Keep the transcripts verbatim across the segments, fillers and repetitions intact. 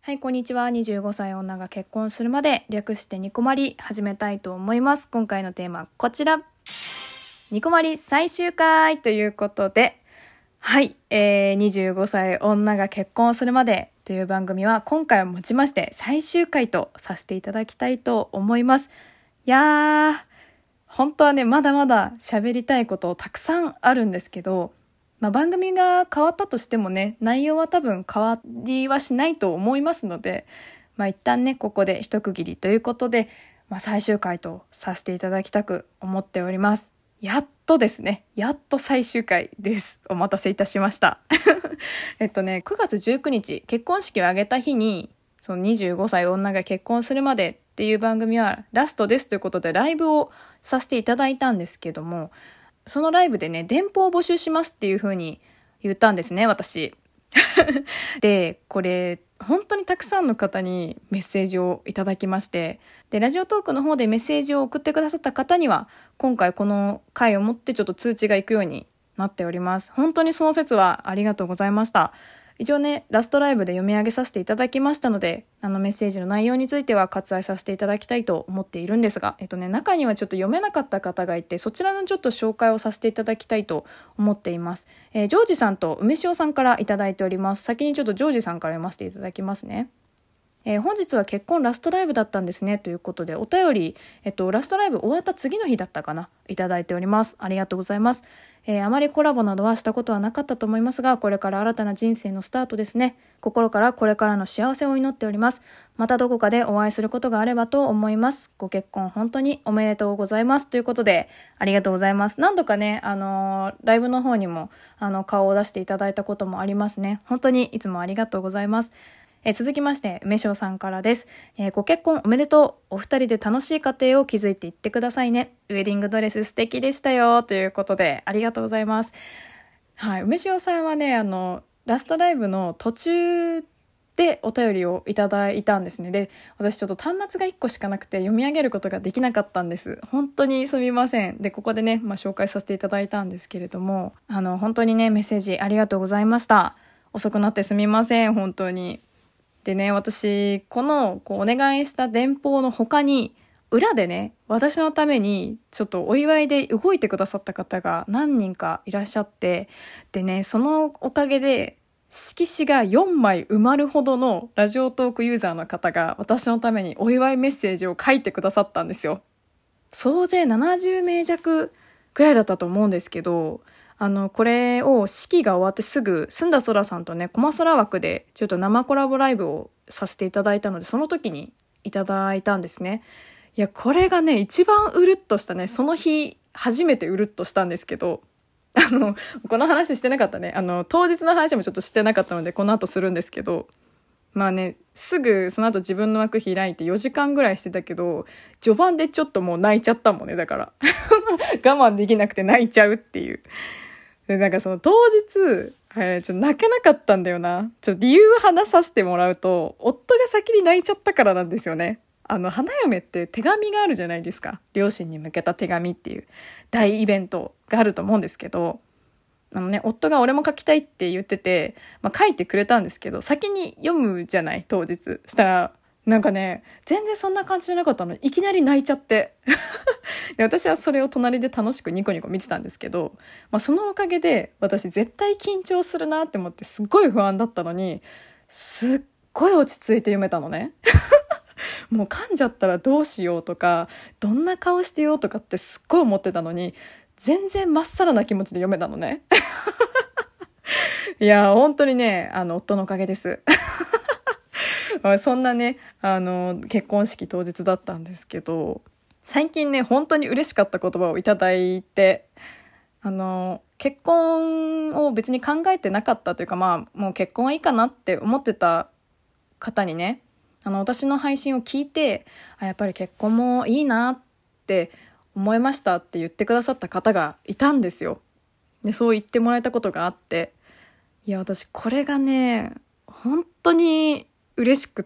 はい、こんにちは。にじゅうごさい女が結婚するまで、略してニコマリ始めたいと思います。今回のテーマこちら。ニコマリ最終回ということで、はい、えー、にじゅうごさい女が結婚するまでという番組は今回をもちまして最終回とさせていただきたいと思います。いやー、本当はね、まだまだ喋りたいことたくさんあるんですけど、まあ、番組が変わったとしてもね、内容は多分変わりはしないと思いますので、まあ、一旦ねここで一区切りということで、まあ、最終回とさせていただきたく思っております。やっとですね、やっと最終回です。お待たせいたしましたえっとねくがつじゅうくにち、結婚式を挙げた日に、そのにじゅうごさい女が結婚するまでっていう番組はラストですということでライブをさせていただいたんですけども、そのライブでね、電報を募集しますっていう風に言ったんですね、私。で、これ、本当にたくさんの方にメッセージをいただきまして、で、ラジオトークの方でメッセージを送ってくださった方には、今回この回をもってちょっと通知が行くようになっております。本当にその説はありがとうございました。一応ね、ラストライブで読み上げさせていただきましたので、あのメッセージの内容については割愛させていただきたいと思っているんですが、えっとね、中にはちょっと読めなかった方がいて、そちらのちょっと紹介をさせていただきたいと思っています。えー、ジョージさんと梅塩さんからいただいております。先にちょっとジョージさんから読ませていただきますね。えー、本日は結婚ラストライブだったんですねということで、お便り、えっと、ラストライブ終わった次の日だったかな、いただいております。ありがとうございます。えー、あまりコラボなどはしたことはなかったと思いますが、これから新たな人生のスタートですね。心からこれからの幸せを祈っております。またどこかでお会いすることがあればと思います。ご結婚本当におめでとうございますということで、ありがとうございます。何度かね、あのー、ライブの方にもあの顔を出していただいたこともありますね。本当にいつもありがとうございます。えー、続きまして梅塩さんからです。えー、ご結婚おめでとう。お二人で楽しい家庭を築いていってくださいね。ウェディングドレス素敵でしたよということで、ありがとうございます。はい、梅塩さんはね、あのラストライブの途中でお便りをいただいたんですね。で、私ちょっと端末がいっこしかなくて読み上げることができなかったんです。本当にすみません。で、ここでね、まあ、紹介させていただいたんですけれども、あの本当にね、メッセージありがとうございました。遅くなってすみません、本当に。でね、私このこうお願いした電報の他に裏でね、私のためにちょっとお祝いで動いてくださった方が何人かいらっしゃって、でね、そのおかげで色紙がよんまい埋まるほどのラジオトークユーザーの方が私のためにお祝いメッセージを書いてくださったんですよ。総勢ななじゅうめい弱くらいだったと思うんですけど、あのこれを式が終わってすぐ澄んだ空さんとね、コマ空枠でちょっと生コラボライブをさせていただいたので、その時にいただいたんですね。いや、これがね、一番うるっとしたね、その日初めてうるっとしたんですけど、あのこの話してなかったね、あの当日の話もちょっとしてなかったのでこの後するんですけど、まあね、すぐその後自分の枠開いてよじかんぐらいしてたけど、序盤でちょっともう泣いちゃったもんね。だから我慢できなくて泣いちゃうっていう。で、なんかその当日、えー、ちょっと泣けなかったんだよな。ちょっと理由を話させてもらうと、夫が先に泣いちゃったからなんですよね。あの、花嫁って手紙があるじゃないですか。両親に向けた手紙っていう大イベントがあると思うんですけど、あのね、夫が俺も書きたいって言ってて、まあ、書いてくれたんですけど、先に読むじゃない、当日。したら、なんかね、全然そんな感じじゃなかったの。いきなり泣いちゃって。で、私はそれを隣で楽しくニコニコ見てたんですけど、まあ、そのおかげで私絶対緊張するなって思ってすっごい不安だったのに、すっごい落ち着いて読めたのね。もう噛んじゃったらどうしようとか、どんな顔してようとかってすっごい思ってたのに、全然まっさらな気持ちで読めたのね。いや、本当にね、あの、夫のおかげです。そんなね、あの、結婚式当日だったんですけど、最近ね、本当に嬉しかった言葉をいただいて、あの、結婚を別に考えてなかったというか、まあ、もう結婚はいいかなって思ってた方にね、あの、私の配信を聞いて、あ、やっぱり結婚もいいなって思いましたって言ってくださった方がいたんですよ。で、そう言ってもらえたことがあって、いや、私これがね、本当に嬉しくって、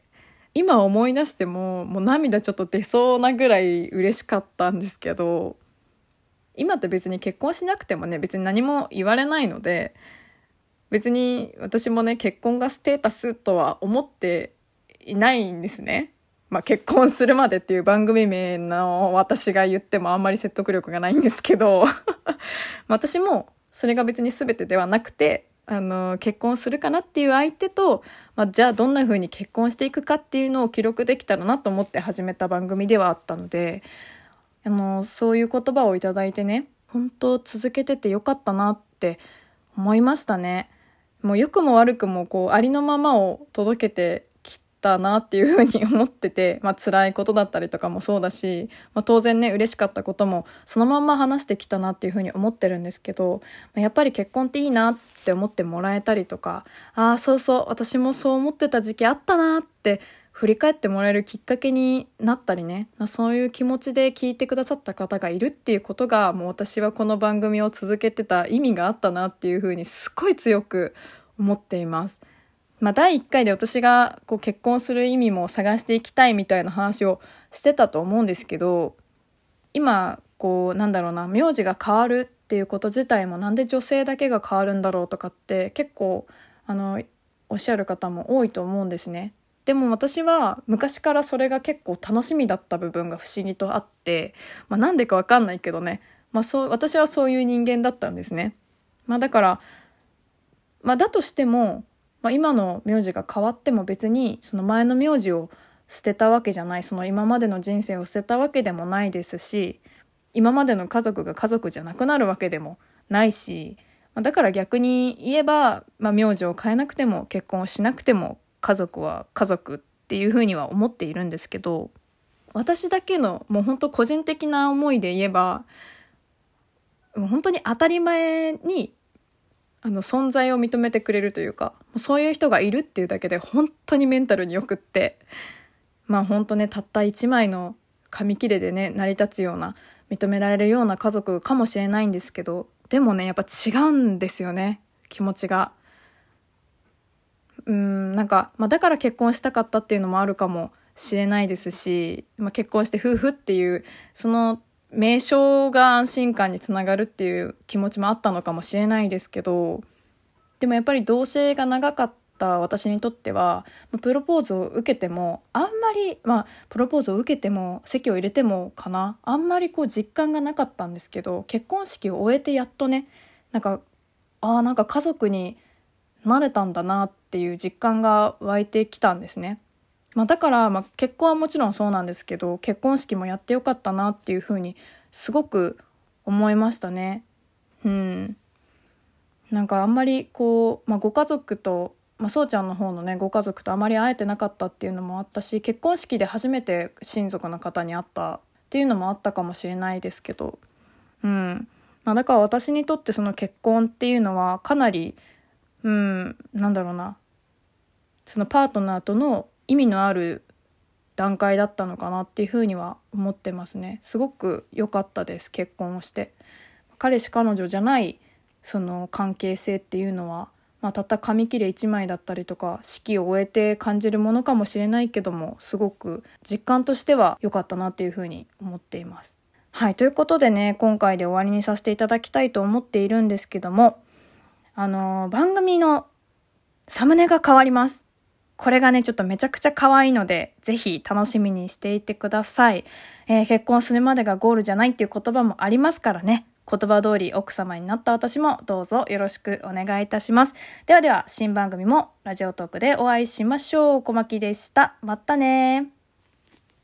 今思い出してももう涙ちょっと出そうなぐらい嬉しかったんですけど、今って別に結婚しなくてもね、別に何も言われないので、 別に私もね、結婚がステータスとは思っていないんですね。まあ結婚するまでっていう番組名の私が言ってもあんまり説得力がないんですけど私もそれが別に全てではなくて、あの結婚するかなっていう相手と、まあ、じゃあどんな風に結婚していくかっていうのを記録できたらなと思って始めた番組ではあったので、あのそういう言葉をいただいてね、本当続けててよかったなって思いましたね。もう良くも悪くもこうありのままを届けてきたなっていうふうに思ってて、まあ辛いことだったりとかもそうだし、まあ、当然ね嬉しかったこともそのまんま話してきたなっていうふうに思ってるんですけど、やっぱり結婚っていいなって思ってもらえたりとか、ああそうそう私もそう思ってた時期あったなって振り返ってもらえるきっかけになったりね、そういう気持ちで聞いてくださった方がいるっていうことが、もう私はこの番組を続けてた意味があったなっていうふうにすごい強く思っています。まあだいいっかいで私がこう結婚する意味も探していきたいみたいな話をしてたと思うんですけど、今こうなんだろうな、名字が変わるっていうこと自体もなんで女性だけが変わるんだろうとかって結構あのおっしゃる方も多いと思うんですね。でも私は昔からそれが結構楽しみだった部分が不思議とあって、まあ、なんでかわかんないけどね、まあ、そう私はそういう人間だったんですね。まあ、だから、まあ、だとしても、まあ、今の名字が変わっても別にその前の名字を捨てたわけじゃない、その今までの人生を捨てたわけでもないですし、今までの家族が家族じゃなくなるわけでもないし、だから逆に言えば、まあ、名字を変えなくても結婚をしなくても家族は家族っていうふうには思っているんですけど、私だけのもう本当個人的な思いで言えば、本当に当たり前にあの存在を認めてくれるというか、そういう人がいるっていうだけで本当にメンタルによくって、まあ本当ね、たった一枚の紙切れでね成り立つような、認められるような家族かもしれないんですけど、でもねやっぱ違うんですよね、気持ちが。うーんなんか、まあ、だから結婚したかったっていうのもあるかもしれないですし、まあ、結婚して夫婦っていうその名称が安心感につながるっていう気持ちもあったのかもしれないですけど、でもやっぱり同棲が長かった私にとっては、プロポーズを受けてもあんまり、まあプロポーズを受けても籍を入れてもかな、あんまりこう実感がなかったんですけど、結婚式を終えてやっとね、なんかああなんか家族になれたんだなっていう実感が湧いてきたんですね。まあ、だから、まあ、結婚はもちろんそうなんですけど、結婚式もやってよかったなっていうふうにすごく思いましたね。うん。なんかあんまりこう、まあ、ご家族と、まあ、そうちゃんの方のねご家族とあまり会えてなかったっていうのもあったし、結婚式で初めて親族の方に会ったっていうのもあったかもしれないですけど、うん。まあ、だから私にとってその結婚っていうのはかなりうん、なんだろうな、そのパートナーとの意味のある段階だったのかなっていうふうには思ってますね。すごく良かったです、結婚をして。彼氏彼女じゃないその関係性っていうのは、まあ、たった紙切れいちまいだったりとか式を終えて感じるものかもしれないけども、すごく実感としては良かったなっていうふうに思っています。はい、ということでね、今回で終わりにさせていただきたいと思っているんですけども、あの番組のサムネが変わります。これがねちょっとめちゃくちゃ可愛いので、ぜひ楽しみにしていてください。えー、結婚するまでがゴールじゃないっていう言葉もありますからね、言葉通り奥様になった私もどうぞよろしくお願いいたします。ではでは新番組もラジオトークでお会いしましょう。小牧でした。またね。